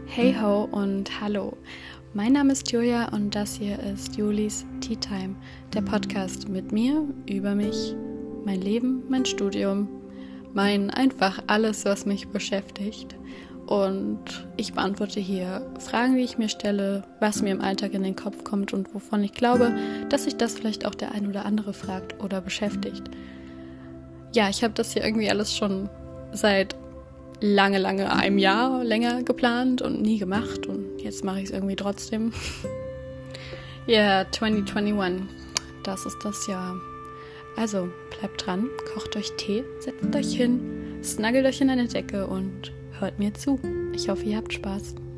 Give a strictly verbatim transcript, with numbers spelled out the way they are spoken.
Hey ho und hallo. Mein Name ist Julia und das hier ist Julis Tea Time, der Podcast mit mir über mich, mein Leben, mein Studium, mein einfach alles, was mich beschäftigt. Und ich beantworte hier Fragen, die ich mir stelle, was mir im Alltag in den Kopf kommt und wovon ich glaube, dass sich das vielleicht auch der ein oder andere fragt oder beschäftigt. Ja, ich habe das hier irgendwie alles schon seit lange, lange einem Jahr länger geplant und nie gemacht und jetzt mache ich es irgendwie trotzdem. Ja, yeah, zwanzig einundzwanzig, das ist das Jahr. Also, bleibt dran, kocht euch Tee, setzt euch hin, snuggelt euch in eine Decke und hört mir zu. Ich hoffe, ihr habt Spaß.